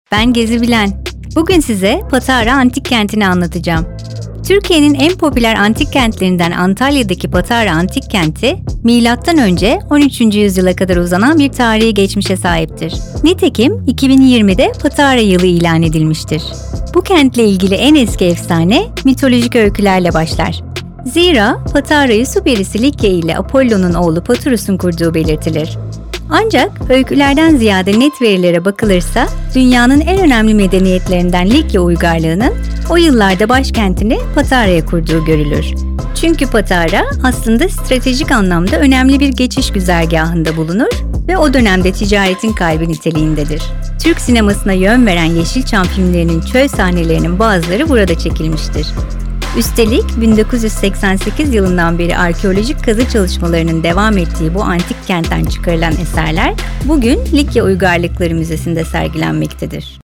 Ben Gezebilen. Bugün size Patara Antik Kenti'ni anlatacağım. Türkiye'nin en popüler antik kentlerinden Antalya'daki Patara Antik Kenti, M.Ö. 13. yüzyıla kadar uzanan bir tarihi geçmişe sahiptir. Nitekim 2020'de Patara yılı ilan edilmiştir. Bu kentle ilgili en eski efsane mitolojik öykülerle başlar. Zira Patara'yı su perisi Likya ile Apollo'nun oğlu Patrus'un kurduğu belirtilir. Ancak öykülerden ziyade net verilere bakılırsa dünyanın en önemli medeniyetlerinden Likya uygarlığının o yıllarda başkentini Patara'ya kurduğu görülür. Çünkü Patara aslında stratejik anlamda önemli bir geçiş güzergahında bulunur ve o dönemde ticaretin kalbi niteliğindedir. Türk sinemasına yön veren Yeşilçam filmlerinin çöl sahnelerinin bazıları burada çekilmiştir. Üstelik 1988 yılından beri arkeolojik kazı çalışmalarının devam ettiği bu antik kentten çıkarılan eserler bugün Likya Uygarlıkları Müzesi'nde sergilenmektedir.